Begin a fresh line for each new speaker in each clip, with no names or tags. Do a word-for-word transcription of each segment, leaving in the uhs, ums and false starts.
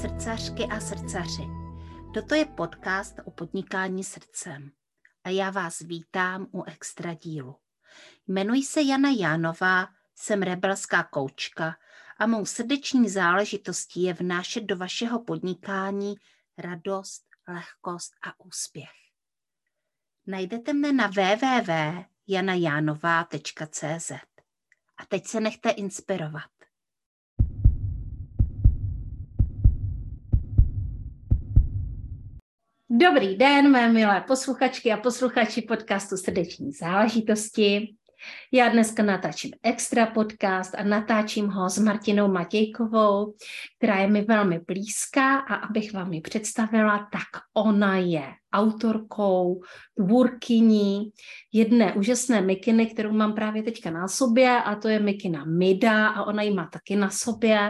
srdcařky a srdcaři. Toto je podcast o podnikání srdcem a já vás vítám u extra dílu. Jmenuji se Jana Jánová, jsem rebelská koučka a mou srdeční záležitostí je vnášet do vašeho podnikání radost, lehkost a úspěch. Najdete mne na w w w tečka jana jánová tečka c z. A teď se nechte inspirovat. Dobrý den, mé milé posluchačky a posluchači podcastu Srdeční záležitosti. Já dneska natáčím extra podcast a natáčím ho s Martinou Matějkovou, která je mi velmi blízká, a abych vám ji představila, tak ona je autorkou, tvůrkyní jedné úžasné mikiny, kterou mám právě teďka na sobě, a to je mikina Mida a ona ji má taky na sobě.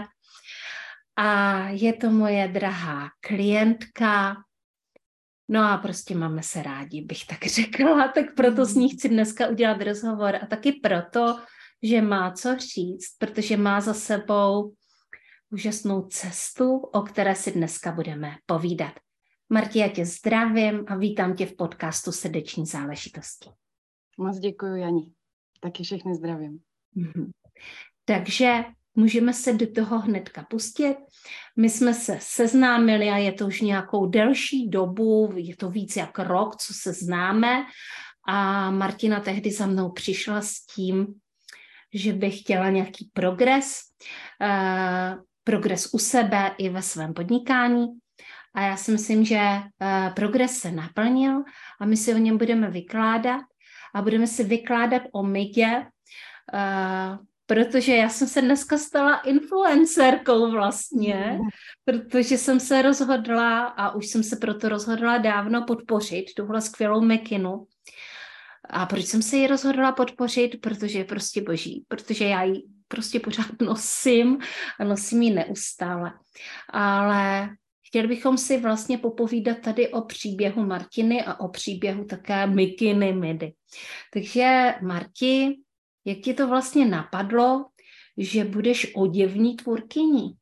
A je to moje drahá klientka. No a prostě máme se rádi, bych tak řekla, tak proto s ní chci dneska udělat rozhovor a taky proto, že má co říct, protože má za sebou úžasnou cestu, o které si dneska budeme povídat. Marti, já tě zdravím a vítám tě v podcastu Srdeční záležitosti.
Moc děkuji, Jani. Taky všechny zdravím.
Mhm. Takže můžeme se do toho hnedka pustit. My jsme se seznámili a je to už nějakou delší dobu, je to víc jak rok, co se známe, a Martina tehdy za mnou přišla s tím, že by chtěla nějaký progres, uh, progres u sebe i ve svém podnikání, a já si myslím, že uh, progres se naplnil a my si o něm budeme vykládat a budeme si vykládat o Midě, uh, protože já jsem se dneska stala influencerkou vlastně, protože jsem se rozhodla a už jsem se proto rozhodla dávno podpořit tuhle skvělou mikinu. A proč jsem se ji rozhodla podpořit? Protože je prostě boží, protože já ji prostě pořád nosím a nosím ji neustále. Ale chtěli bychom si vlastně popovídat tady o příběhu Martiny a o příběhu také mikiny Midy. Takže Marti, jak ti to vlastně napadlo, že budeš oděvní tvůrkyní?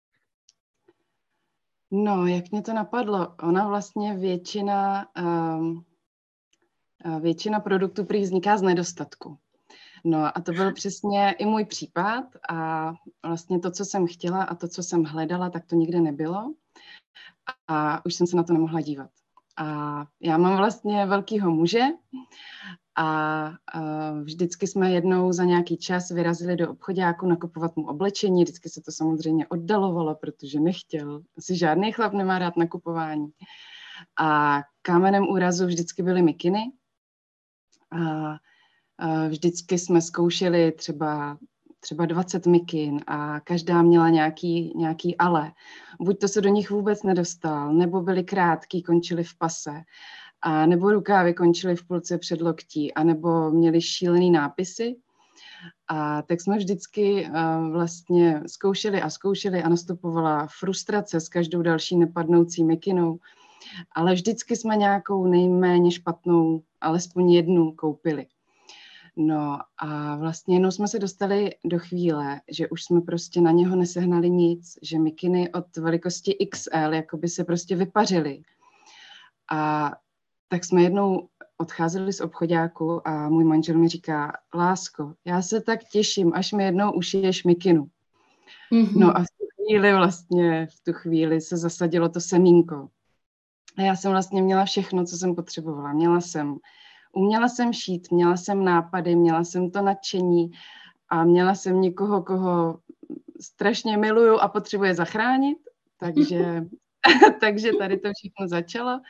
No, jak mě to napadlo? Ona vlastně většina, um, většina produktů prý vzniká z nedostatku. No a to byl přesně i můj případ a vlastně to, co jsem chtěla a to, co jsem hledala, tak to nikde nebylo a už jsem se na to nemohla dívat. A já mám vlastně velkýho muže a uh, vždycky jsme jednou za nějaký čas vyrazili do obchoďáku nakupovat mu oblečení. Vždycky se to samozřejmě oddalovalo, protože nechtěl. Asi žádný chlap nemá rád nakupování. A kámenem úrazu vždycky byly mikiny. A uh, vždycky jsme zkoušeli třeba, třeba dvacet mikin a každá měla nějaký, nějaký ale. Buď to se do nich vůbec nedostal, nebo byly krátký, končily v pase. A nebo rukávy končily v půlce předloktí, anebo měly šílený nápisy. A tak jsme vždycky uh, vlastně zkoušeli a zkoušeli a nastupovala frustrace s každou další nepadnoucí mikinou. Ale vždycky jsme nějakou nejméně špatnou, alespoň jednu koupili. No a vlastně jenom jsme se dostali do chvíle, že už jsme prostě na něho nesehnali nic, že mikiny od velikosti iks el jakoby se prostě vypařily. A tak jsme jednou odcházeli z obchoďáku a můj manžel mi říká: lásko, já se tak těším, až mi jednou ušiješ mikinu. Mm-hmm. No a v tu chvíli vlastně, v tu chvíli se zasadilo to semínko. A já jsem vlastně měla všechno, co jsem potřebovala. Měla jsem, uměla jsem šít, měla jsem nápady, měla jsem to nadšení a měla jsem někoho, koho strašně miluju a potřebuje zachránit. Takže, takže tady to všechno začalo.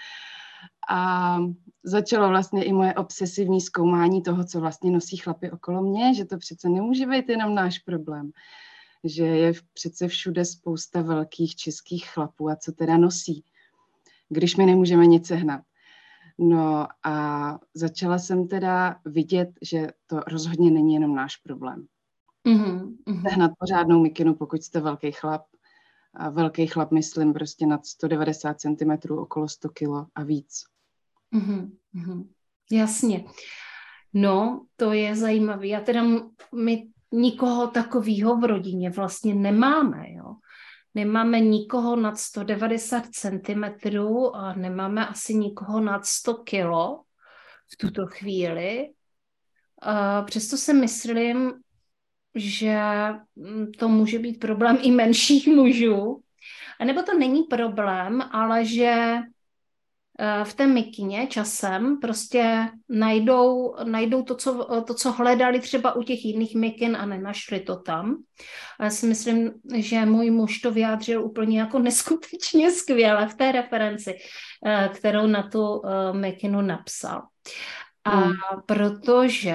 A začalo vlastně i moje obsesivní zkoumání toho, co vlastně nosí chlapi okolo mě, že to přece nemůže být jenom náš problém, že je přece všude spousta velkých českých chlapů a co teda nosí, když my nemůžeme nic sehnat. No a začala jsem teda vidět, že to rozhodně není jenom náš problém. Mm-hmm. Sehnat pořádnou mikinu, pokud jste velký chlap. A velký chlap, myslím, prostě nad sto devadesát centimetrů, okolo sto kilo a víc.
Mm-hmm. Jasně. No, to je zajímavé. Já teda, my nikoho takového v rodině vlastně nemáme, jo. nemáme nikoho nad sto devadesát centimetrů a nemáme asi nikoho nad sto kilo v tuto chvíli. Přesto si myslím, že to může být problém i menších mužů. A nebo to není problém, ale že v té mikině časem prostě najdou, najdou to, co, to, co hledali třeba u těch jiných mikin a nenašli to tam. A já si myslím, že můj muž to vyjádřil úplně jako neskutečně skvěle v té referenci, kterou na tu mikinu napsal. A hmm. protože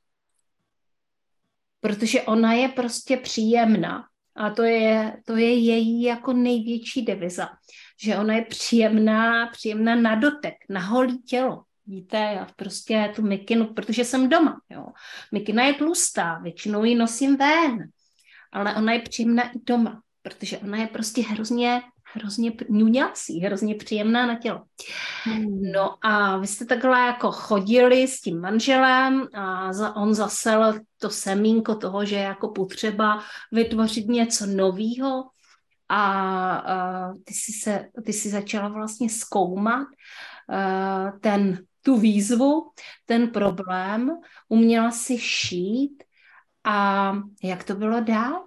protože ona je prostě příjemná. A to je, to je její jako největší deviza, že ona je příjemná, příjemná na dotek, na holé tělo. Víte, já prostě tu mikinu, protože jsem doma, jo. Mikina je tlustá, většinou ji nosím ven, ale ona je příjemná i doma, protože ona je prostě hrozně, hrozně ňuňací, hrozně příjemná na tělo. No a vy jste takhle jako chodili s tím manželem a za, on zasel to semínko toho, že je jako potřeba vytvořit něco novýho a, a ty, jsi se, ty jsi začala vlastně zkoumat uh, ten, tu výzvu, ten problém, uměla si šít a jak to bylo dál?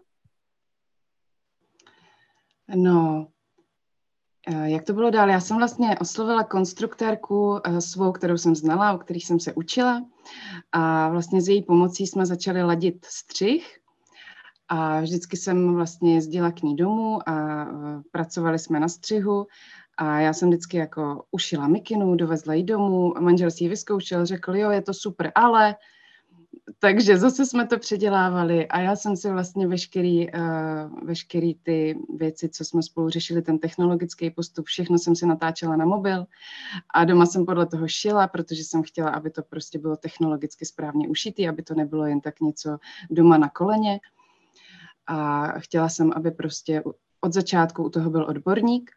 No, jak to bylo dál? Já jsem vlastně oslovila konstruktérku svou, kterou jsem znala, o kterých jsem se učila a vlastně s její pomocí jsme začali ladit střih a vždycky jsem vlastně jezdila k ní domů a pracovali jsme na střihu a já jsem vždycky jako ušila mikinu, dovezla ji domů, manžel si ji vyzkoušel, řekl, jo, je to super, ale... Takže zase jsme to předělávali a já jsem si vlastně veškerý, uh, veškerý ty věci, co jsme spolu řešili, ten technologický postup, všechno jsem si natáčela na mobil a doma jsem podle toho šila, protože jsem chtěla, aby to prostě bylo technologicky správně ušitý, aby to nebylo jen tak něco doma na koleně. A chtěla jsem, aby prostě od začátku u toho byl odborník.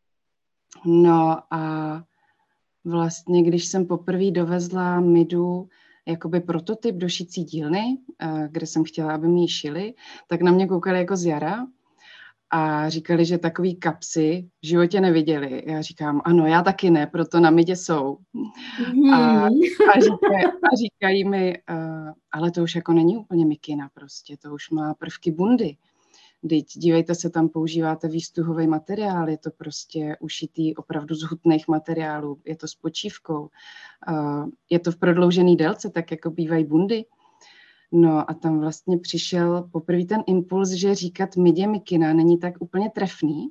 No a vlastně, když jsem poprvé dovezla midu, jakoby prototyp do šicí dílny, kde jsem chtěla, aby mi ji šili, tak na mě koukali jako z jara a říkali, že takový kapsy v životě neviděli. Já říkám, ano, já taky ne, proto na midě jsou. Mm. A, a, říkají, a říkají mi, uh, ale to už jako není úplně mikina prostě, to už má prvky bundy. Vždyť dívejte se, tam používáte výstuhový materiál, je to prostě ušitý opravdu z hutných materiálů, je to s počívkou, uh, je to v prodloužený délce, tak jako bývají bundy. No a tam vlastně přišel poprvé ten impuls, že říkat midě mikina není tak úplně trefný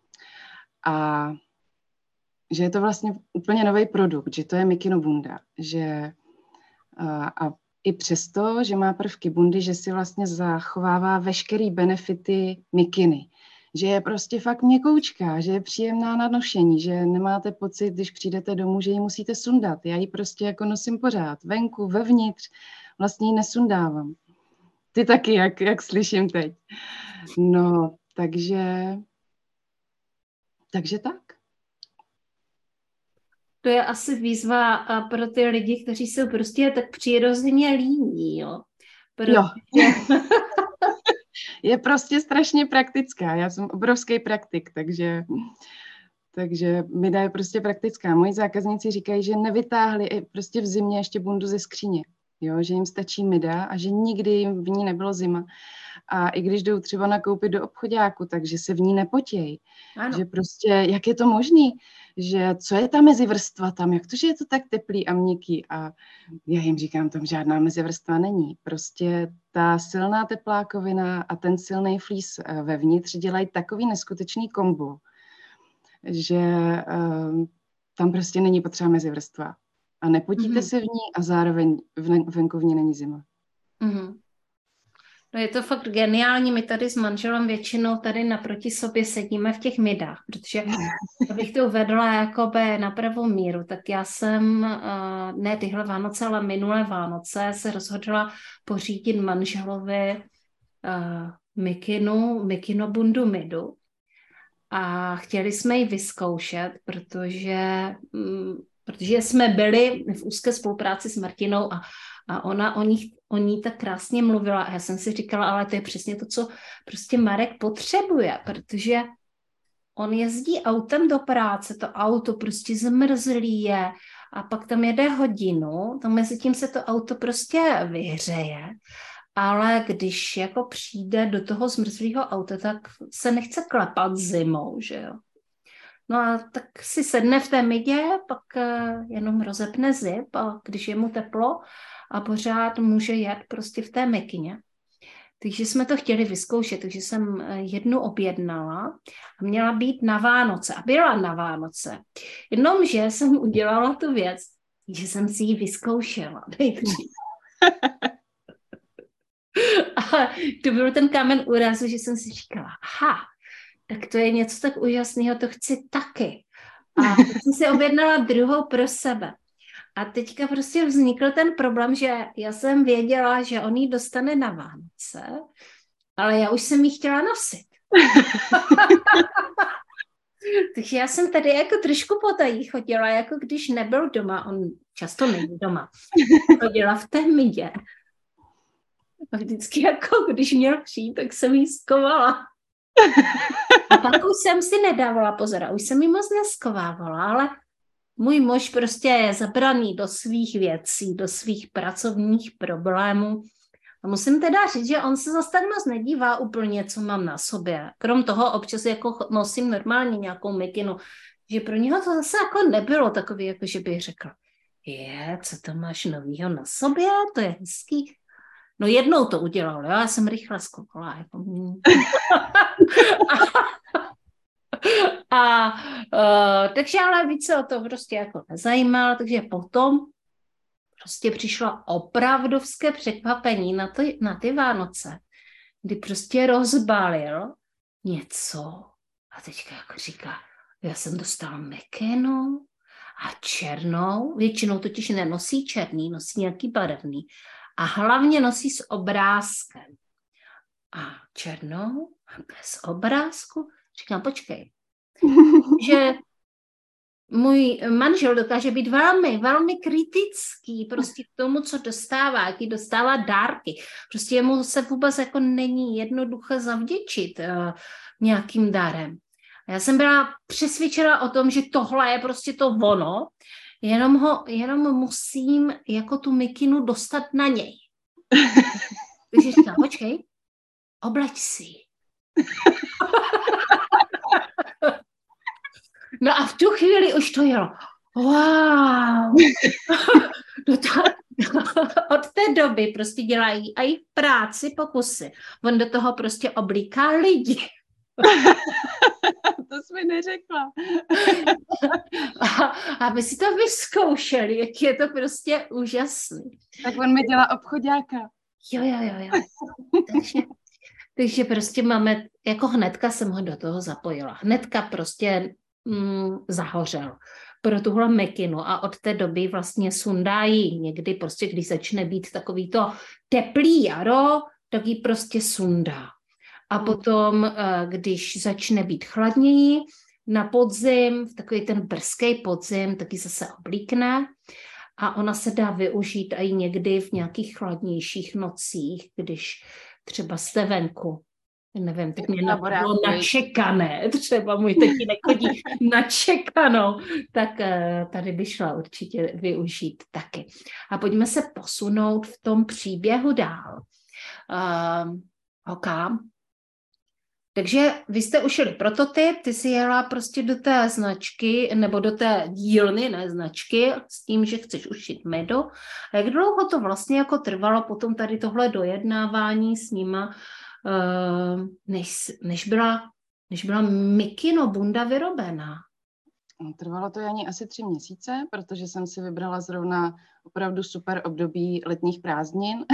a že je to vlastně úplně nový produkt, že to je mikino bunda, že uh, a i přesto, že má prvky bundy, že si vlastně zachovává veškerý benefity mikiny. Že je prostě fakt měkoučká, že je příjemná na nošení, že nemáte pocit, když přijdete domů, že ji musíte sundat. Já ji prostě jako nosím pořád, venku, vevnitř, vlastně ji nesundávám. Ty taky, jak, jak slyším teď. No, takže, takže tak.
To je asi výzva pro ty lidi, kteří jsou prostě tak přirozeně líní, jo. Protože...
Jo. Je prostě strašně praktická. Já jsem obrovský praktik, takže, takže mida je prostě praktická. Moji zákazníci říkají, že nevytáhli prostě v zimě ještě bundu ze skříně. Jo, že jim stačí mida a že nikdy jim v ní nebylo zima. A i když jdou třeba nakoupit do obchodáku, takže se v ní nepotějí. Ano. Že prostě, jak je to možný, že co je ta mezivrstva tam, jak to, že je to tak teplý a měkký. A já jim říkám, tam žádná mezivrstva není. Prostě ta silná teplákovina a ten silný flíz vevnitř dělají takový neskutečný kombo, že uh, tam prostě není potřeba mezivrstva. A nepotíte mm-hmm. se v ní a zároveň venku v ní není zima.
Mm-hmm. No je to fakt geniální, my tady s manželem většinou tady naproti sobě sedíme v těch midách, protože abych to uvedla jakoby na pravou míru, tak já jsem, ne tyhle Vánoce, ale minulé Vánoce se rozhodla pořídit manželovi mikinu, mikino bundu midu a chtěli jsme ji vyzkoušet, protože... protože jsme byli v úzké spolupráci s Martinou a A ona o ní, o ní tak krásně mluvila a já jsem si říkala, ale to je přesně to, co prostě Marek potřebuje, protože on jezdí autem do práce, to auto prostě zmrzlý je a pak tam jede hodinu, tam mezi tím se to auto prostě vyhřeje, ale když jako přijde do toho zmrzlého auta, tak se nechce klepat zimou, že jo. No a tak si sedne v té midě, pak jenom rozepne zip a když je mu teplo a pořád může jet prostě v té mikině. Takže jsme to chtěli vyzkoušet, takže jsem jednu objednala a měla být na Vánoce a byla na Vánoce. Jenomže jsem udělala tu věc, že jsem si ji vyzkoušela nejdřív. A to byl ten kámen úrazu, že jsem si říkala, aha, tak to je něco tak úžasného, to chci taky. A jsem si objednala druhou pro sebe. A teďka prostě vznikl ten problém, že já jsem věděla, že on ji dostane na Vánoce, ale já už jsem ji chtěla nosit. Takže já jsem tady jako trošku potají chodila, jako když nebyl doma, on často není doma, chodila v té midě. A vždycky jako když měl přijít, tak jsem ji skovala. A pak už jsem si nedávala pozor, už jsem ji moc neskovávala, ale můj muž prostě je zabraný do svých věcí, do svých pracovních problémů. A musím teda říct, že on se zase tak moc nedívá úplně, co mám na sobě. Krom toho občas jako nosím normálně nějakou mikinu, že pro něho to zase jako nebylo takový, jako že bych řekla, je, co to máš novýho na sobě, to je hezký. No jednou to udělal, jo? Já jsem rychle skoukala. Jako... A uh, takže ale více o to prostě jako nezajímalo, takže potom prostě přišlo opravdovské překvapení na, to, na ty Vánoce, kdy prostě rozbalil něco a teďka jako říká, já jsem dostala mikinu a černou, většinou totiž nenosí černý, nosí nějaký barevný a hlavně nosí s obrázkem. A černou a bez obrázku. Říkám, počkej, že můj manžel dokáže být velmi, velmi kritický prostě k tomu, co dostává, jaký dostává dárky. Prostě jemu se vůbec jako není jednoduché zavděčit uh, nějakým dárem. A já jsem byla přesvědčena o tom, že tohle je prostě to ono, jenom, ho, jenom musím jako tu mikinu dostat na něj. Takže říkám, počkej, obleč si. No a v tu chvíli už to jelo. Wow. No to, od té doby prostě dělají i v práci pokusy. On do toho prostě oblíká lidi.
To jsi mi neřekla.
A, aby si to vyzkoušeli, jak je to prostě úžasný.
Tak on mi dělá obchoďáka.
Jo, jo, jo, jo. Takže, takže prostě máme, jako hnedka jsem ho do toho zapojila. Hnedka prostě mm, zahořel pro tuhle mikinu a od té doby vlastně sundají někdy prostě, když začne být takový to teplý jaro, tak ji prostě sundá. A potom, když začne být chladněji, na podzim, v takový ten brzký podzim, taky zase oblíkne a ona se dá využít i někdy v nějakých chladnějších nocích, když třeba jste venku. Nevím, teď mě napadlo načekané, třeba můj tatínek chodí načekanou, tak tady by šla určitě využít taky. A pojďme se posunout v tom příběhu dál. Uh, OK. Takže vy jste ušili prototyp, ty si jela prostě do té značky, nebo do té dílny, ne značky, s tím, že chceš ušit medu. A jak dlouho to vlastně jako trvalo potom tady tohle dojednávání s nima, než, než, byla, než byla mikino bunda vyrobená?
Trvalo to ani asi tři měsíce, protože jsem si vybrala zrovna opravdu super období letních prázdnin.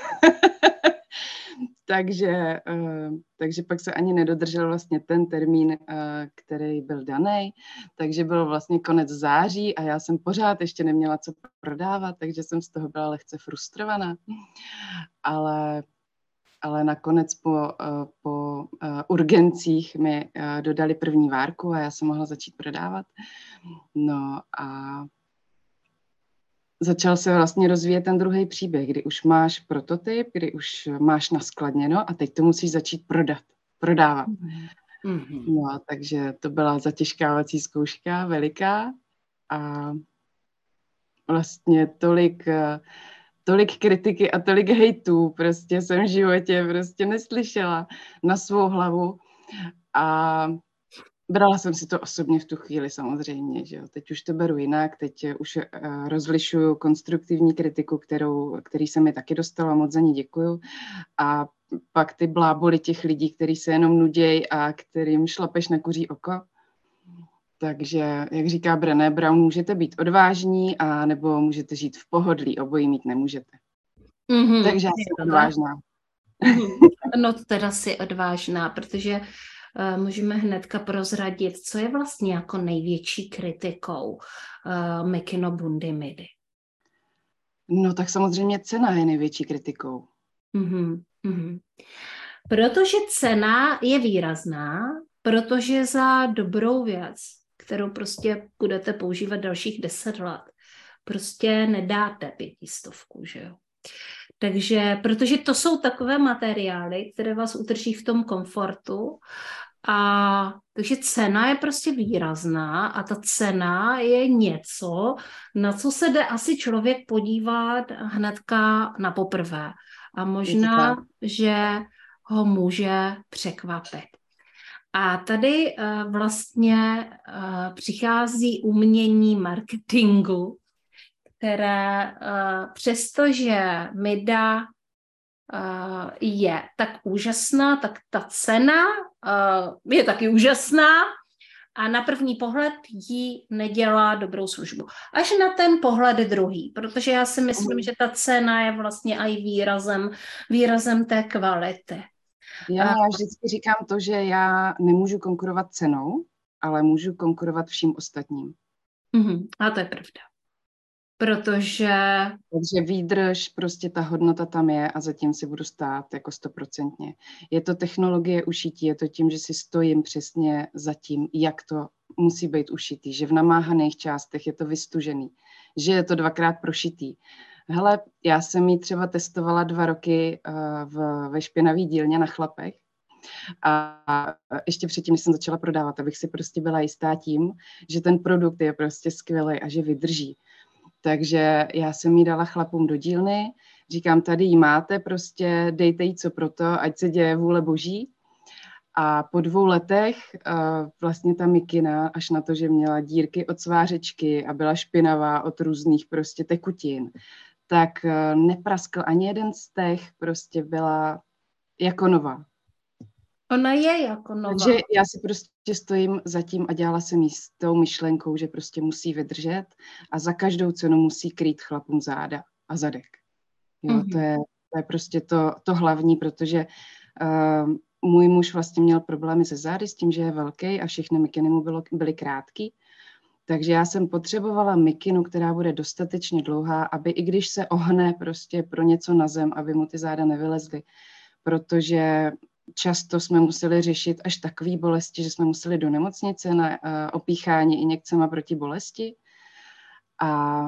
takže, takže pak se ani nedodržel vlastně ten termín, který byl daný. Takže byl vlastně konec září a já jsem pořád ještě neměla co prodávat, takže jsem z toho byla lehce frustrovaná. Ale ale nakonec po, po urgencích mi dodali první várku a já jsem mohla začít prodávat. No a začal se vlastně rozvíjet ten druhý příběh, kdy už máš prototyp, kdy už máš naskladněno a teď to musíš začít prodat, prodávat.
Mm-hmm.
No, takže to byla zatěžkávací zkouška veliká a vlastně tolik, tolik kritiky a tolik hejtů prostě jsem v životě prostě neslyšela na svou hlavu a brala jsem si to osobně v tu chvíli samozřejmě, že jo. Teď už to beru jinak, teď už uh, rozlišuju konstruktivní kritiku, kterou, který se mi taky dostala, moc za ní děkuju. A pak ty bláboli těch lidí, kteří se jenom nudějí a kterým šlapeš na kuří oko. Takže, jak říká Brené Brown, můžete být odvážní a nebo můžete žít v pohodlí, obojí mít nemůžete. Mm-hmm. Takže já jsem odvážná.
Mm-hmm. No teda si odvážná, protože uh, můžeme hnedka prozradit, co je vlastně jako největší kritikou uh, Mikino Bundimidy.
No tak samozřejmě cena je největší kritikou.
Mm-hmm. Mm-hmm. Protože cena je výrazná, protože za dobrou věc, kterou prostě budete používat dalších deset let, prostě nedáte pětistovku, že jo. Takže, protože to jsou takové materiály, které vás udrží v tom komfortu, a takže cena je prostě výrazná a ta cena je něco, na co se jde asi člověk podívat hnedka na poprvé. A možná, že ho může překvapit. A tady uh, vlastně uh, přichází umění marketingu, které uh, přestože Mida uh, je tak úžasná, tak ta cena uh, je taky úžasná a na první pohled jí nedělá dobrou službu. Až na ten pohled druhý, protože já si myslím, že ta cena je vlastně i výrazem, výrazem té kvality.
Já, já vždycky říkám to, že já nemůžu konkurovat cenou, ale můžu konkurovat vším ostatním.
Uh-huh. A to je pravda. Protože...
Takže výdrž, prostě ta hodnota tam je a zatím si budu stát jako stoprocentně. Je to technologie ušití, je to tím, že si stojím přesně za tím, jak to musí být ušitý, že v namáhaných částech je to vystužený, že je to dvakrát prošitý. Hele, já jsem ji třeba testovala dva roky uh, v, ve špinavý dílně na chlapech a ještě předtím, než jsem začala prodávat, abych si prostě byla jistá tím, že ten produkt je prostě skvělý a že vydrží. Takže já jsem jí dala chlapům do dílny, říkám, tady ji máte, prostě dejte jí co proto, ať se děje vůle boží. A po dvou letech uh, vlastně ta mikina, až na to, že měla dírky od svářečky a byla špinavá od různých prostě tekutin, tak uh, nepraskl ani jeden z těch, prostě byla jako nová.
Ona je jako nová.
Takže já si prostě stojím za tím a dělala jsem jí s tou myšlenkou, že prostě musí vydržet a za každou cenu musí krýt chlapům záda a zadek. Jo, mm-hmm. to, je, to je prostě to, to hlavní, protože uh, můj muž vlastně měl problémy se zády s tím, že je velký a všechny mikiny mu bylo, byly krátký. Takže já jsem potřebovala mikinu, která bude dostatečně dlouhá, aby i když se ohne prostě pro něco na zem, aby mu ty záda nevylezly. Protože často jsme museli řešit až takové bolesti, že jsme museli do nemocnice na uh, opíchání injekcemi proti bolesti. A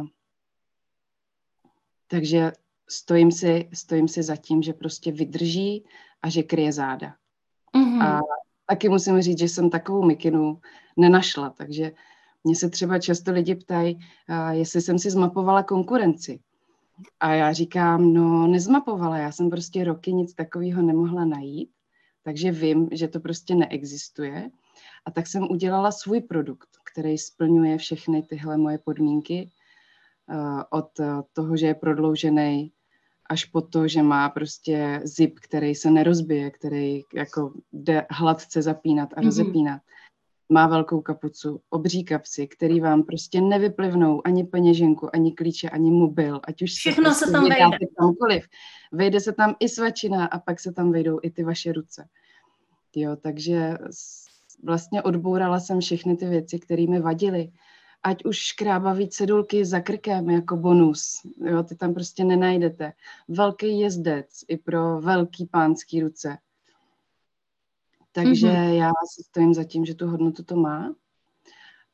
takže stojím si, stojím si za tím, že prostě vydrží a že kryje záda. Mm-hmm. A taky musím říct, že jsem takovou mikinu nenašla, takže mě se třeba často lidi ptají, uh, jestli jsem si zmapovala konkurenci. A já říkám, no nezmapovala, já jsem prostě roky nic takového nemohla najít, takže vím, že to prostě neexistuje. A tak jsem udělala svůj produkt, který splňuje všechny tyhle moje podmínky, uh, od toho, že je prodloužený, až po to, že má prostě zip, který se nerozbije, který jako jde hladce zapínat a mm-hmm. rozepínat. Má velkou kapucu, obří kapsy, který vám prostě nevyplivnou ani peněženku, ani klíče, ani mobil, ať už
všechno
se, prostě
se tam vejde.
Kamkoliv. Vejde se tam i svačina a pak se tam vejdou i ty vaše ruce. Jo, takže vlastně odbourala jsem všechny ty věci, které mi vadily. Ať už škrábavý cedulky za krkem jako bonus, jo, ty tam prostě nenajdete. Velký jezdec i pro velký pánský ruce. Takže mm-hmm. já si stojím za tím, že tu hodnotu to má.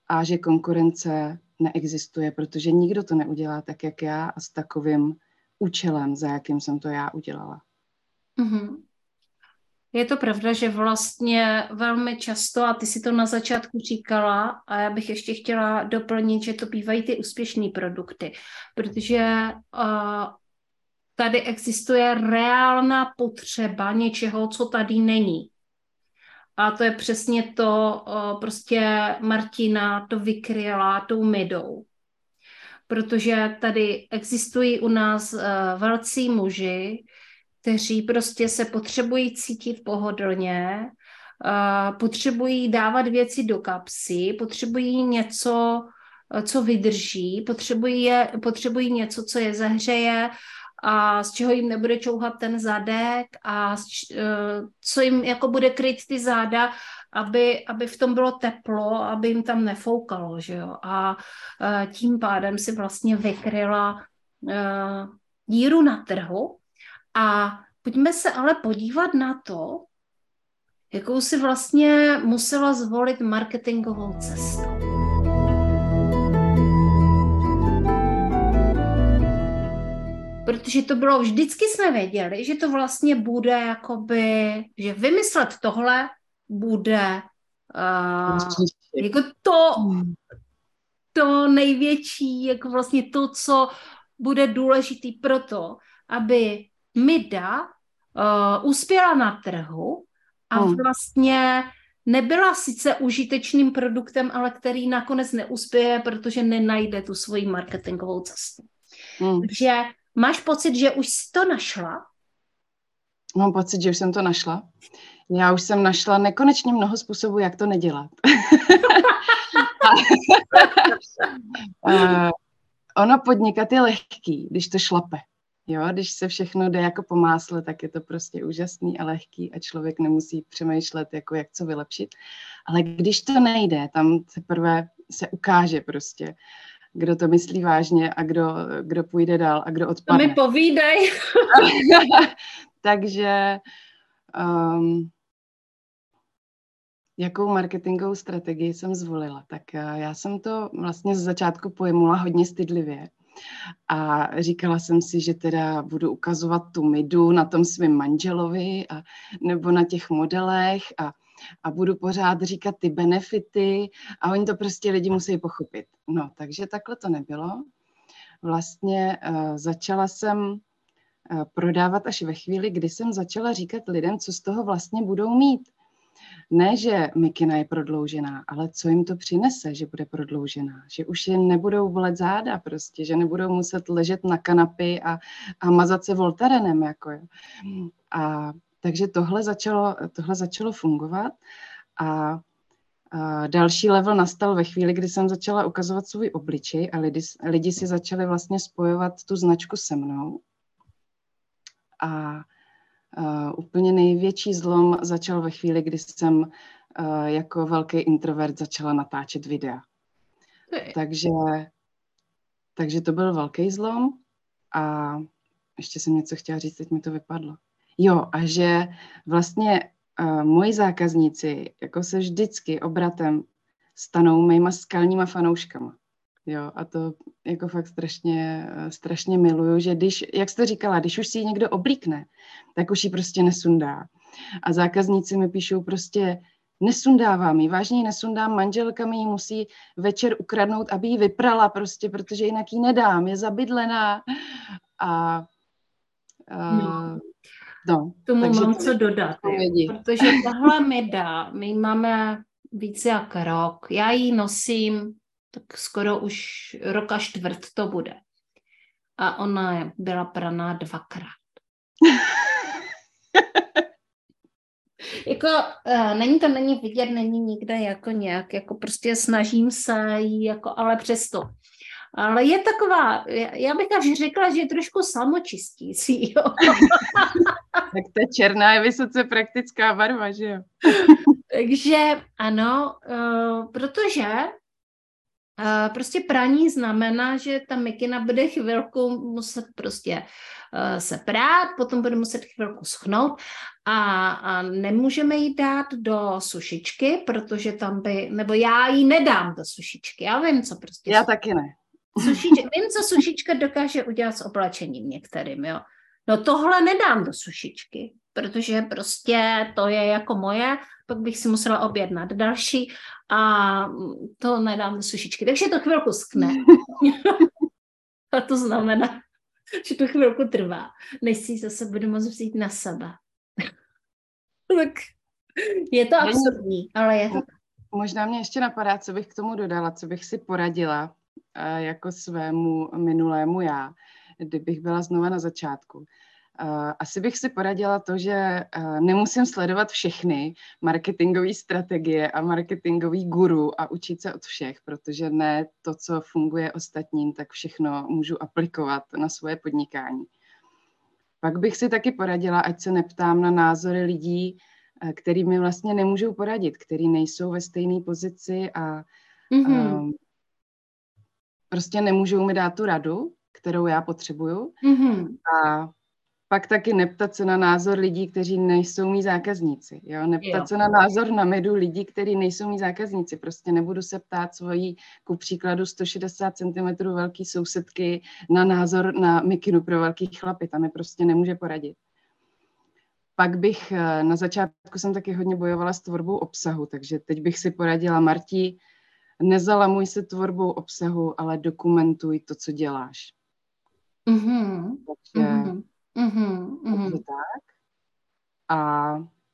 a že konkurence neexistuje, protože nikdo to neudělá tak, jak já a s takovým účelem, za jakým jsem to já udělala.
Mm-hmm. Je to pravda, že vlastně velmi často, a ty si to na začátku říkala, a já bych ještě chtěla doplnit, že to bývají ty úspěšné produkty, protože uh, tady existuje reálná potřeba něčeho, co tady není. A to je přesně to, uh, prostě Martina to vykryla tou midou. Protože tady existují u nás uh, velcí muži, kteří prostě se potřebují cítit pohodlně, uh, potřebují dávat věci do kapsy, potřebují něco, co vydrží, potřebují, je, potřebují něco, co je zahřeje a z čeho jim nebude čouhat ten zadek a z, uh, co jim jako bude kryt ty záda, aby, aby v tom bylo teplo, aby jim tam nefoukalo, že jo. A uh, tím pádem si vlastně vykryla uh, díru na trhu. A pojďme se ale podívat na to, jakou si vlastně musela zvolit marketingovou cestu. Protože to bylo, vždycky jsme věděli, že to vlastně bude jakoby, že vymyslet tohle bude uh, jako to, to největší, jako vlastně to, co bude důležitý pro to, aby Mida uh, uspěla na trhu a vlastně nebyla sice užitečným produktem, ale který nakonec neuspěje, protože nenajde tu svoji marketingovou cestu. Hmm. Takže máš pocit, že už jsi to našla?
Mám pocit, že už jsem to našla. Já už jsem našla nekonečně mnoho způsobů, jak to nedělat. uh, ono podnikat je lehký, když to šlape. Jo, když se všechno jde jako po másle, tak je to prostě úžasný a lehký a člověk nemusí přemýšlet, jako jak co vylepšit. Ale když to nejde, tam teprve se ukáže prostě, kdo to myslí vážně a kdo, kdo půjde dál a kdo odpadne.
To mi povídej.
Takže um, jakou marketingovou strategii jsem zvolila? Tak uh, já jsem to vlastně z začátku pojmula hodně stydlivě. A říkala jsem si, že teda budu ukazovat tu midu na tom svém manželovi a, nebo na těch modelech a, a budu pořád říkat ty benefity a oni to prostě lidi musí pochopit. No, takže takhle to nebylo. Vlastně uh, začala jsem uh, prodávat až ve chvíli, kdy jsem začala říkat lidem, co z toho vlastně budou mít. Ne, že mikina je prodloužená, ale co jim to přinese, že bude prodloužená. Že už je nebudou bolet záda prostě, že nebudou muset ležet na kanapy a, a mazat se Voltarenem. Jako jo. A, takže tohle začalo, tohle začalo fungovat a, a další level nastal ve chvíli, kdy jsem začala ukazovat svůj obličej a lidi, lidi si začali vlastně spojovat tu značku se mnou. A Uh, úplně největší zlom začal ve chvíli, kdy jsem uh, jako velký introvert začala natáčet videa. Takže, takže to byl velký zlom a ještě jsem něco chtěla říct, teď mi to vypadlo. Jo, a že vlastně uh, moji zákazníci jako se vždycky obratem stanou mýma skalníma fanouškama. Jo, a to jako fakt strašně, strašně miluju, že když, jak jsi to říkala, když už si ji někdo oblíkne, tak už ji prostě nesundá. A zákazníci mi píšou prostě, nesundávám ji, vážně ji nesundám, manželka mi ji musí večer ukradnout, aby ji vyprala prostě, protože jinak ji nedám, je zabydlená. A, a
no.
no.
Tomu
Takže
mám co dodat, protože tahle mida, my máme více jak rok, já ji nosím tak skoro už rok a čtvrt to bude. A ona byla praná dvakrát. Jako, uh, není to není vidět, není nikde jako nějak, jako prostě snažím se jí, jako, ale přesto. Ale je taková, já bych až řekla, že je trošku samočistící, jo.
Tak ta černá je vysoce praktická barva, že jo?
Takže ano, uh, protože Uh, prostě praní znamená, že ta mikina bude chvilku muset prostě se prát, potom bude muset chvilku schnout a, a nemůžeme ji dát do sušičky, protože tam by, nebo já ji nedám do sušičky, já vím, co prostě.
Já taky ne.
Sušič, vím, co sušička dokáže udělat s oblečením některým, jo. No tohle nedám do sušičky, protože prostě to je jako moje, pak bych si musela objednat další a to nedám do sušičky. Takže to chvilku skne. A to znamená, že to chvilku trvá, než si zase budu moct vzít na sebe. Tak je to absurdní, ale je to.
Možná mě ještě napadá, co bych k tomu dodala, co bych si poradila jako svému minulému já, kdybych byla znova na začátku. Asi bych si poradila to, že nemusím sledovat všechny marketingové strategie a marketingový guru a učit se od všech, protože ne to, co funguje ostatním, tak všechno můžu aplikovat na svoje podnikání. Pak bych si taky poradila, ať se neptám na názory lidí, který mi vlastně nemůžou poradit, který nejsou ve stejné pozici a mm-hmm. um, prostě nemůžou mi dát tu radu, kterou já potřebuju. Mm-hmm. A pak taky neptat se na názor lidí, kteří nejsou mý zákazníci. Jo? Neptat jo. se na názor na medu lidí, kteří nejsou mý zákazníci. Prostě nebudu se ptát svojí, ku příkladu, sto šedesát centimetrů velký sousedky na názor na mikinu pro velký chlapy. Tam mi prostě nemůže poradit. Pak bych, na začátku jsem taky hodně bojovala s tvorbou obsahu, takže teď bych si poradila, Marti, nezalamuj se tvorbou obsahu, ale dokumentuj to, co děláš.
Mm-hmm.
Takže,
mm-hmm. Mm-hmm.
takže tak. A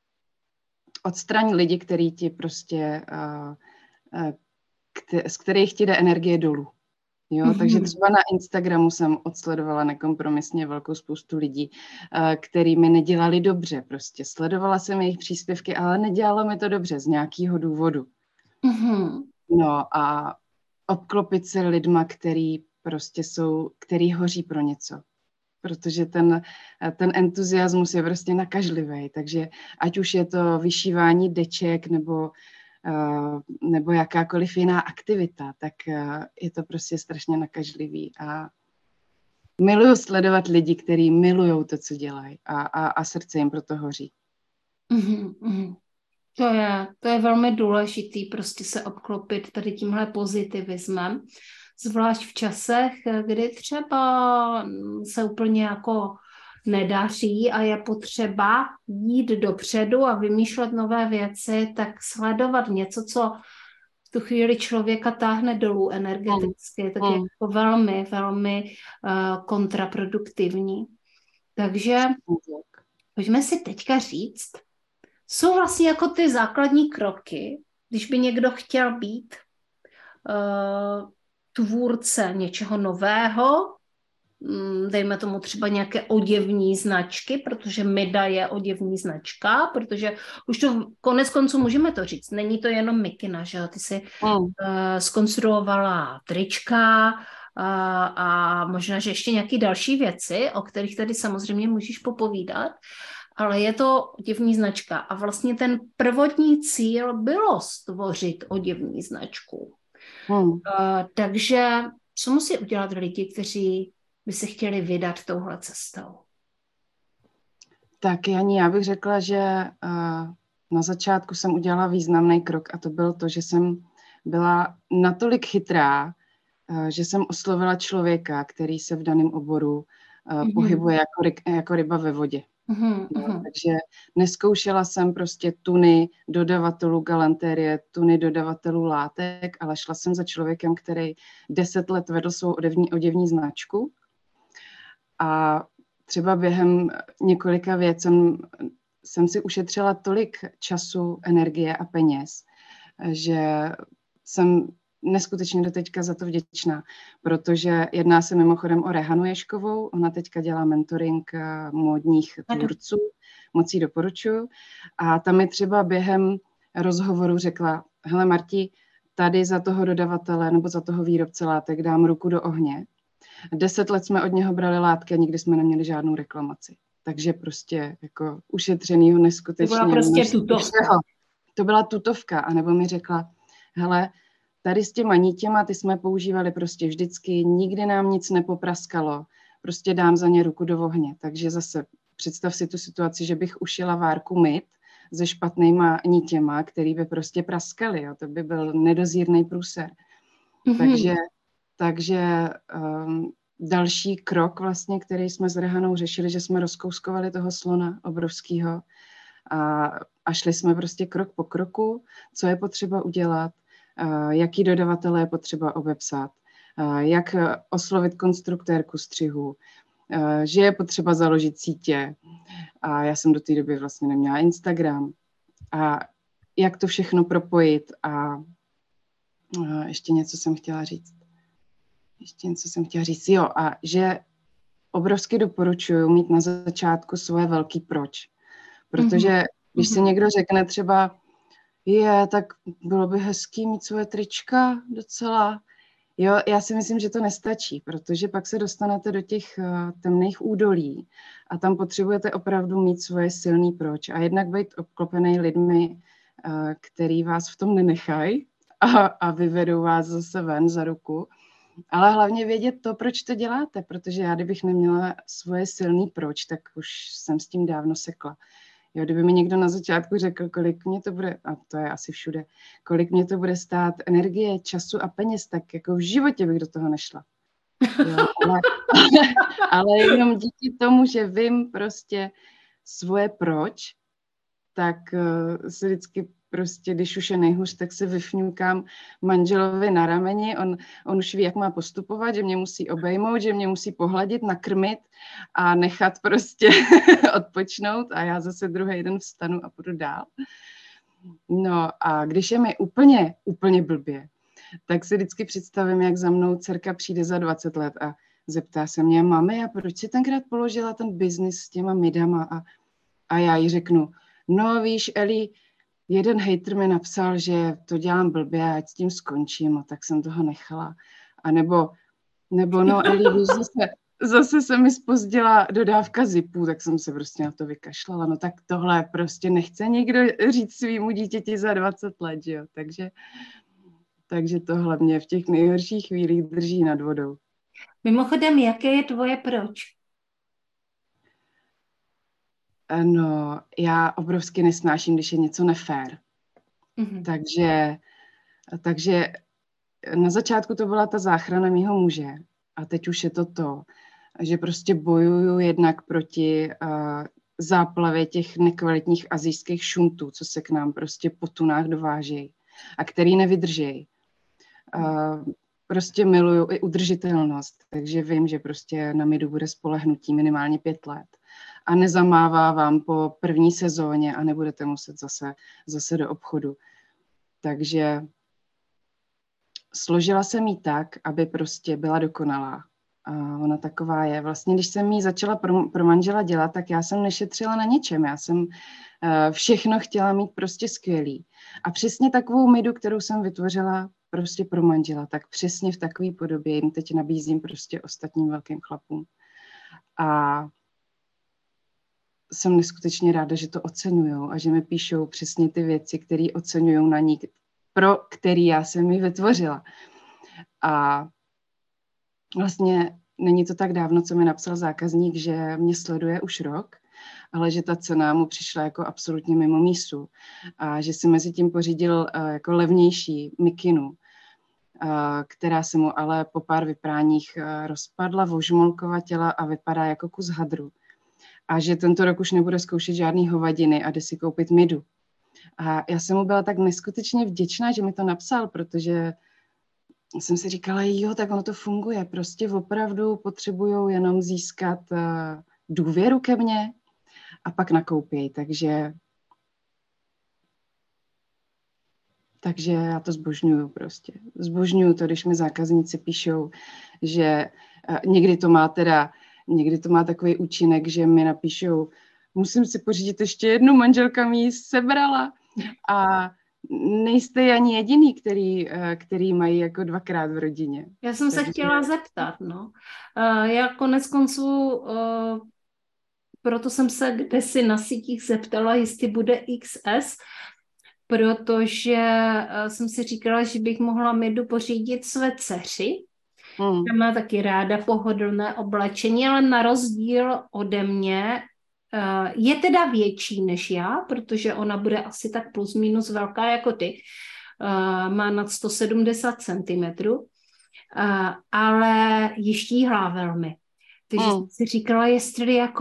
odstraň lidi, který ti prostě, uh, uh, kte- z kterých ti jde energie dolů. Jo, mm-hmm. Takže třeba na Instagramu jsem odsledovala nekompromisně velkou spoustu lidí, uh, který mi nedělali dobře. Prostě sledovala jsem jejich příspěvky, ale nedělalo mi to dobře z nějakého důvodu.
Mm-hmm.
No a obklopit se lidma, který prostě jsou, který hoří pro něco. Protože ten, ten entuziasmus je prostě nakažlivý. Takže ať už je to vyšívání deček nebo, uh, nebo jakákoliv jiná aktivita, tak uh, je to prostě strašně nakažlivý. A miluju sledovat lidi, kteří milujou to, co dělají a, a, a srdce jim proto hoří.
Mm-hmm. To je, to je velmi důležitý, prostě se obklopit tady tímhle pozitivismem, zvlášť v časech, kdy třeba se úplně jako nedaří a je potřeba jít dopředu a vymýšlet nové věci, tak sledovat něco, co v tu chvíli člověka táhne dolů energeticky, tak je jako velmi, velmi uh, kontraproduktivní. Takže pojďme si teďka říct, jsou vlastně jako ty základní kroky, když by někdo chtěl být uh, tvůrce něčeho nového, dejme tomu třeba nějaké oděvní značky, protože Mida je oděvní značka, protože už to konec konců můžeme to říct, není to jenom mikina, že ty si mm. uh, zkonstruovala trička uh, a možná, že ještě nějaké další věci, o kterých tady samozřejmě můžeš popovídat, ale je to oděvní značka a vlastně ten prvotní cíl bylo stvořit oděvní značku. Hmm. Uh, takže co musí udělat lidi, kteří by se chtěli vydat touhle cestou?
Tak Jani, já bych řekla, že uh, na začátku jsem udělala významný krok a to bylo to, že jsem byla natolik chytrá, uh, že jsem oslovila člověka, který se v daném oboru uh, mm-hmm. pohybuje jako, ry- jako ryba ve vodě. Mm-hmm. No, takže neskoušela jsem prostě tuny dodavatelů galantérie, tuny dodavatelů látek, ale šla jsem za člověkem, který deset let vedl svou oděvní, oděvní značku a třeba během několika věcí jsem, jsem si ušetřila tolik času, energie a peněz, že jsem neskutečně do teďka za to vděčná, protože jedná se mimochodem o Rehanu Ježkovou, ona teďka dělá mentoring módních tvůrců, moc jí doporučuji. A tam mi třeba během rozhovoru řekla, hele Marti, tady za toho dodavatele nebo za toho výrobce látek dám ruku do ohně. Deset let jsme od něho brali látky a nikdy jsme neměli žádnou reklamaci. Takže prostě jako ušetřenýho neskutečně.
To byla prostě tutovka.
To byla tutovka, anebo mi řekla, hele, tady s těma nítěma, ty jsme používali prostě vždycky, nikdy nám nic nepopraskalo, prostě dám za ně ruku do ohně. Takže zase představ si tu situaci, že bych ušila várku myt se špatnýma nitěma, který by prostě praskaly. Jo. To by byl nedozírný průser. Mm-hmm. Takže, takže um, další krok vlastně, který jsme s Rehanou řešili, že jsme rozkouskovali toho slona obrovskýho a, a šli jsme prostě krok po kroku, co je potřeba udělat, uh, jaký dodavatele je potřeba obepsat, uh, jak oslovit konstruktérku střihu, uh, že je potřeba založit sítě. A já jsem do té doby vlastně neměla Instagram. A jak to všechno propojit a uh, ještě něco jsem chtěla říct. Ještě něco jsem chtěla říct. Jo, a že obrovsky doporučuju mít na začátku svoje velký proč. Protože mm-hmm. když si někdo řekne třeba, je, tak bylo by hezký mít svoje trička docela. Jo, já si myslím, že to nestačí, protože pak se dostanete do těch uh, temných údolí a tam potřebujete opravdu mít svoje silný proč. A jednak být obklopený lidmi, uh, který vás v tom nenechají a, a vyvedou vás zase ven za ruku. Ale hlavně vědět to, proč to děláte, protože já, kdybych neměla svoje silný proč, tak už jsem s tím dávno sekla. Jo, kdyby mi někdo na začátku řekl, kolik mě to bude, a to je asi všude, kolik mě to bude stát energie, času a peněz, tak jako v životě bych do toho nešla. Jo, ale, ale jenom díky tomu, že vím prostě svoje proč, tak uh, se vždycky prostě, když už je nejhůř, tak se vyfňukám manželovi na rameni, on, on už ví, jak má postupovat, že mě musí obejmout, že mě musí pohladit, nakrmit a nechat prostě odpočnout a já zase druhý den vstanu a půjdu dál. No a když je mi úplně, úplně blbě, tak si vždycky představím, jak za mnou dcerka přijde za dvacet let a zeptá se mě, mami, a proč si tenkrát položila ten biznis s těma midama? A, a já jí řeknu, no víš, Eli, jeden hejtr mi napsal, že to dělám blbě, ať s tím skončím, a tak jsem toho nechala. A nebo, nebo no, Eli, víš, zase, zase se mi zpozdila dodávka zipů, tak jsem se prostě na to vykašlala. No tak tohle prostě nechce nikdo říct svýmu dítěti za dvacet let, jo. Takže, takže tohle mě v těch nejhorších chvílích drží nad vodou.
Mimochodem, jaké je tvoje proč?
No, já obrovsky nesnáším, když je něco nefér. Mm-hmm. Takže, takže na začátku to byla ta záchrana mýho muže a teď už je to to, že prostě bojuju jednak proti uh, záplavě těch nekvalitních asijských šuntů, co se k nám prostě po tunách dovážejí a který nevydržejí. Uh, prostě miluju i udržitelnost, takže vím, že prostě na midu bude spolehnutí minimálně pět let. A nezamává vám po první sezóně a nebudete muset zase, zase do obchodu. Takže složila jsem ji tak, aby prostě byla dokonalá. A ona taková je. Vlastně, když jsem ji začala pro, pro manžela dělat, tak já jsem nešetřila na ničem. Já jsem uh, všechno chtěla mít prostě skvělý. A přesně takovou midu, kterou jsem vytvořila prostě pro manžela, tak přesně v takové podobě jim teď nabízím prostě ostatním velkým chlapům. A jsem neskutečně ráda, že to oceňujou a že mi píšou přesně ty věci, které oceňují na ní, pro který já jsem ji vytvořila. A vlastně není to tak dávno, co mi napsal zákazník, že mě sleduje už rok, ale že ta cena mu přišla jako absolutně mimo mísu a že si mezi tím pořídil uh, jako levnější mikinu, uh, která se mu ale po pár vypráních uh, rozpadla, vožmolkovatila a vypadá jako kus hadru. A že tento rok už nebude zkoušet žádný hovadiny a jde si koupit midu. A já jsem mu byla tak neskutečně vděčná, že mi to napsal, protože jsem si říkala, jo, tak ono to funguje. Prostě opravdu potřebujou jenom získat uh, důvěru ke mně a pak nakoupěj. Takže, takže já to zbožňuju prostě. Zbožňuju to, když mi zákazníci píšou, že uh, někdy to má teda Někdy to má takový účinek, že mi napíšou, musím si pořídit ještě jednu, manželka mi ji sebrala. A nejste ani jediný, který, který mají jako dvakrát v rodině.
Já jsem Takže... se chtěla zeptat, no. Já konec konců, proto jsem se kdesi na sítích zeptala, jestli bude X S, protože jsem si říkala, že bych mohla midu pořídit své dceři,
Mm.
Má taky ráda pohodlné oblečení, ale na rozdíl ode mě uh, je teda větší než já, protože ona bude asi tak plus minus velká jako ty. Uh, má nad sto sedmdesát centimetrů, uh, ale je štíhlá velmi. Takže
Mm.
jsem si říkala, jestli jako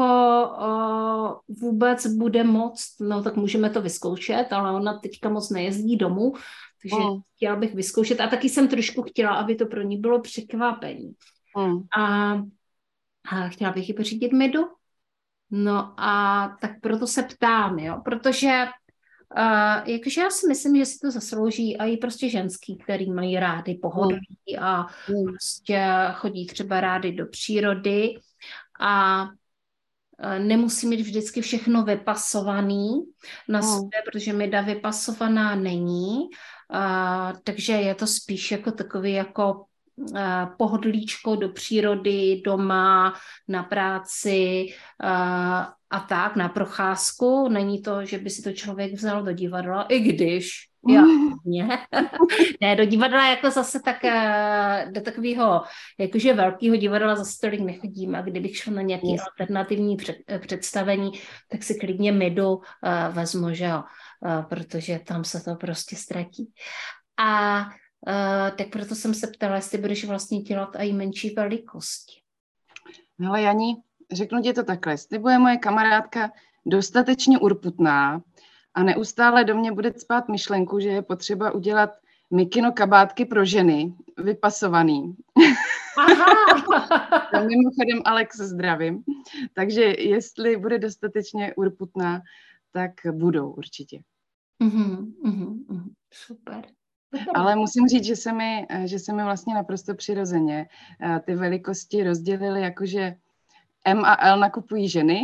uh, vůbec bude moc, no tak můžeme to vyzkoušet, ale ona teďka moc nejezdí domů, takže
Mm.
chtěla bych vyzkoušet a taky jsem trošku chtěla, aby to pro ní bylo překvapení.
Mm.
A, a chtěla bych ji pořídit midu. No a tak proto se ptám, jo, protože uh, jakože já si myslím, že si to zaslouží a i prostě ženský, který mají rády pohodlí a
Mm.
prostě chodí třeba rády do přírody a uh, nemusí mít vždycky všechno vypasovaný na
Mm.
sobě, protože mida vypasovaná není, uh, takže je to spíš jako takový jako Uh, pohodlíčko do přírody, doma, na práci uh, a tak, na procházku. Není to, že by si to člověk vzal do divadla, i když já ne. ne, do divadla jako zase tak uh, do takového jakože velkého divadla zase tolik nechodím a kdybych šla na nějaké yes. alternativní před, představení, tak si klidně midu uh, vezmu, že jo, uh, protože tam se to prostě ztratí. A Uh, tak proto jsem se ptala, jestli budeš vlastně dělat i menší velikosti.
Hele Jani, řeknu ti to takhle, jestli bude moje kamarádka dostatečně urputná a neustále do mě bude cpát myšlenku, že je potřeba udělat mikino kabátky pro ženy, vypasovaný.
Aha!
Mimochodem Alex zdravím. Takže jestli bude dostatečně urputná, tak budou určitě.
Uh-huh, uh-huh, uh-huh. Super.
Ale musím říct, že se mi, že se mi vlastně naprosto přirozeně ty velikosti rozdělily, jakože M a L nakupují ženy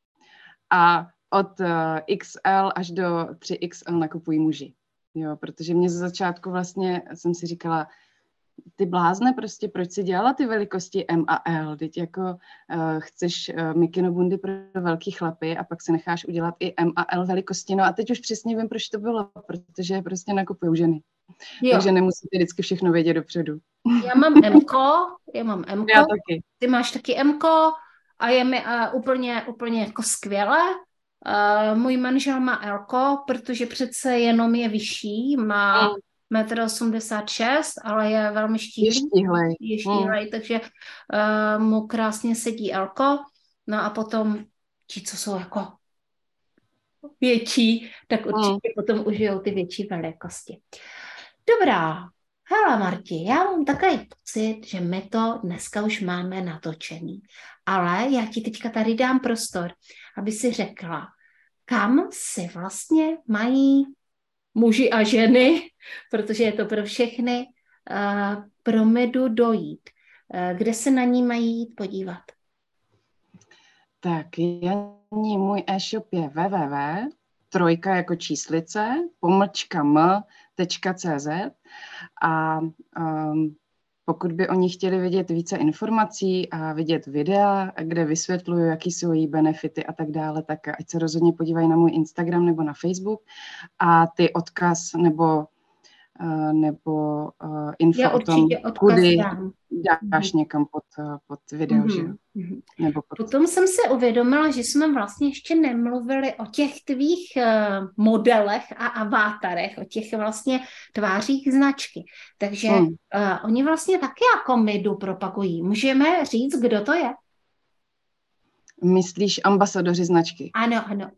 a od X L až do tři X L nakupují muži. Jo, protože mě ze začátku vlastně jsem si říkala, ty blázne prostě, proč si dělala ty velikosti M a L? Teď jako uh, chceš uh, mikino bundy pro velký chlapy a pak se necháš udělat i M a L velikosti. No a teď už přesně vím, proč to bylo, protože prostě nakupují ženy. Jo. Takže nemusíte vždycky všechno vědět dopředu.
Já mám M-ko, já mám M-ko.
Já taky.
Ty máš taky M-ko a je mi uh, úplně, úplně jako skvěle. Uh, můj manžel má L-ko, protože přece jenom je vyšší, má metr osmdesát šest, ale je velmi štíhlý.
Je štíhlej.
Je štíhlej, mm. takže uh, mu krásně sedí L-ko. No a potom ti, co jsou jako větší, tak určitě mm. potom užijou ty větší velikosti. Dobrá. Hele Marti, já mám takový pocit, že my to dneska už máme natočený. Ale já ti teďka tady dám prostor, aby si řekla, kam si vlastně mají muži a ženy, protože je to pro všechny, uh, pro medu dojít. Uh, kde se na ní mají jít podívat?
Tak, Janí, můj e-shop je www, trojka jako číslice, pomlčka m tečka cé zet a um, pokud by oni chtěli vidět více informací a vidět videa, kde vysvětluju, jaký jsou její benefity a tak dále, tak ať se rozhodně podívají na můj Instagram nebo na Facebook a ty odkaz nebo, uh, nebo uh, info
Já
o tom, kudy
dám.
dáš mm. někam pod, pod video, mm-hmm. že jo? Nebo pod...
Potom jsem se uvědomila, že jsme vlastně ještě nemluvili o těch tvých uh, modelech a avátarech, o těch vlastně tvářích značky. Takže mm. uh, oni vlastně taky jako midu propagují. Můžeme říct, kdo to je?
Myslíš ambasadoři značky?
Ano, ano.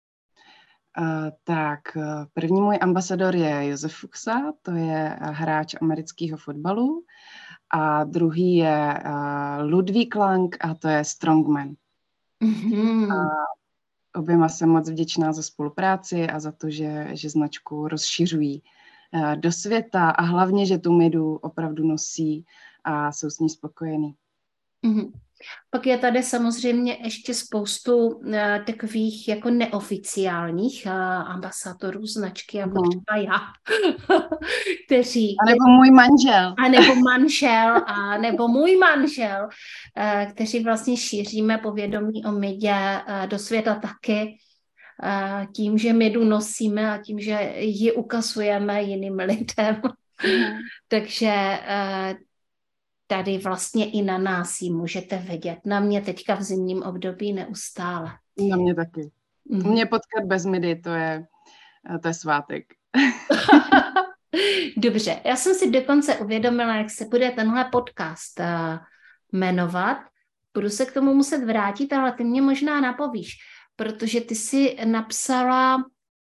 Uh, tak první můj ambasador je Josef Fuchsa, to je hráč amerického fotbalu. A druhý je uh, Ludvík Lang a to je Strongman.
Mm-hmm.
A oběma jsem moc vděčná za spolupráci a za to, že, že značku rozšiřují uh, do světa a hlavně, že tu midu opravdu nosí a jsou s ní spokojení.
Mm-hmm. Pak je tady samozřejmě ještě spoustu uh, takových jako neoficiálních uh, ambasadorů značky, jako
mm.
třeba já, kteří...
A nebo můj manžel.
A nebo manžel, a nebo můj manžel, uh, kteří vlastně šíříme povědomí o midě uh, do světa taky, uh, tím, že midu nosíme a tím, že ji ukazujeme jiným lidem. Mm. Takže... Uh, tady vlastně i na nás ji můžete vidět. Na mě teďka v zimním období neustále.
Na mě taky.
Mm-hmm.
Mě potkat bez midy, to je, to je svátek.
Dobře, já jsem si dokonce uvědomila, jak se bude tenhle podcast uh, jmenovat. Budu se k tomu muset vrátit, ale ty mě možná napovíš, protože ty jsi napsala...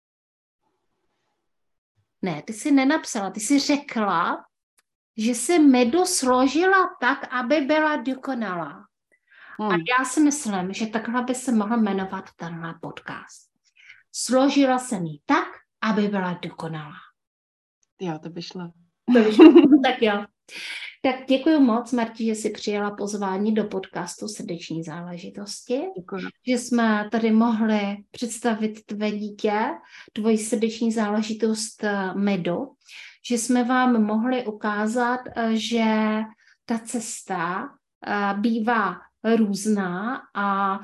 Ne, ty jsi nenapsala, ty jsi řekla, že jsi medu složila tak, aby byla dokonalá. Hmm. A já si myslím, že takhle by se mohl jmenovat tenhle podcast. Složila jsem ji tak, aby byla dokonalá.
Jo, to by šlo.
To by šlo. Tak jo. Tak děkuji moc, Marti, že jsi přijala pozvání do podcastu Srdeční záležitosti.
Děkuji.
Že jsme tady mohli představit tvé dítě, tvoji srdeční záležitost medu. Že jsme vám mohli ukázat, že ta cesta bývá různá a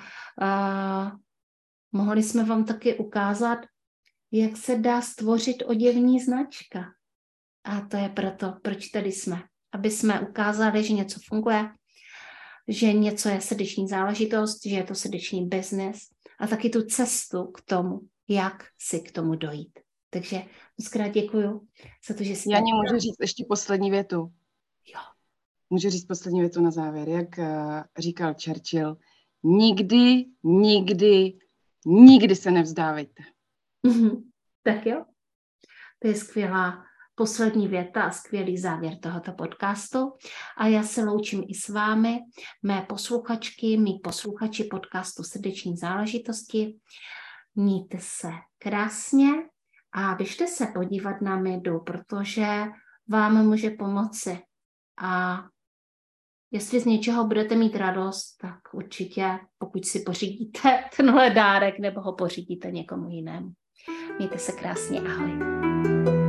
mohli jsme vám taky ukázat, jak se dá stvořit oděvní značka. A to je proto, proč tady jsme. Aby jsme ukázali, že něco funguje, že něco je srdeční záležitost, že je to srdeční business a taky tu cestu k tomu, jak si k tomu dojít. Takže mockrát děkuju za to, že jsi...
Já ní můžu říct ještě poslední větu.
Jo.
Můžu říct poslední větu na závěr. Jak uh, říkal Churchill, nikdy, nikdy, nikdy se nevzdávejte.
Mm-hmm. Tak jo. To je skvělá poslední věta a skvělý závěr tohoto podcastu. A já se loučím i s vámi, mé posluchačky, mý posluchači podcastu Srdeční záležitosti. Mějte se krásně a běžte se podívat na medu, protože vám může pomoci. A jestli z něčeho budete mít radost, tak určitě, pokud si pořídíte tenhle dárek nebo ho pořídíte někomu jinému. Mějte se krásně, ahoj.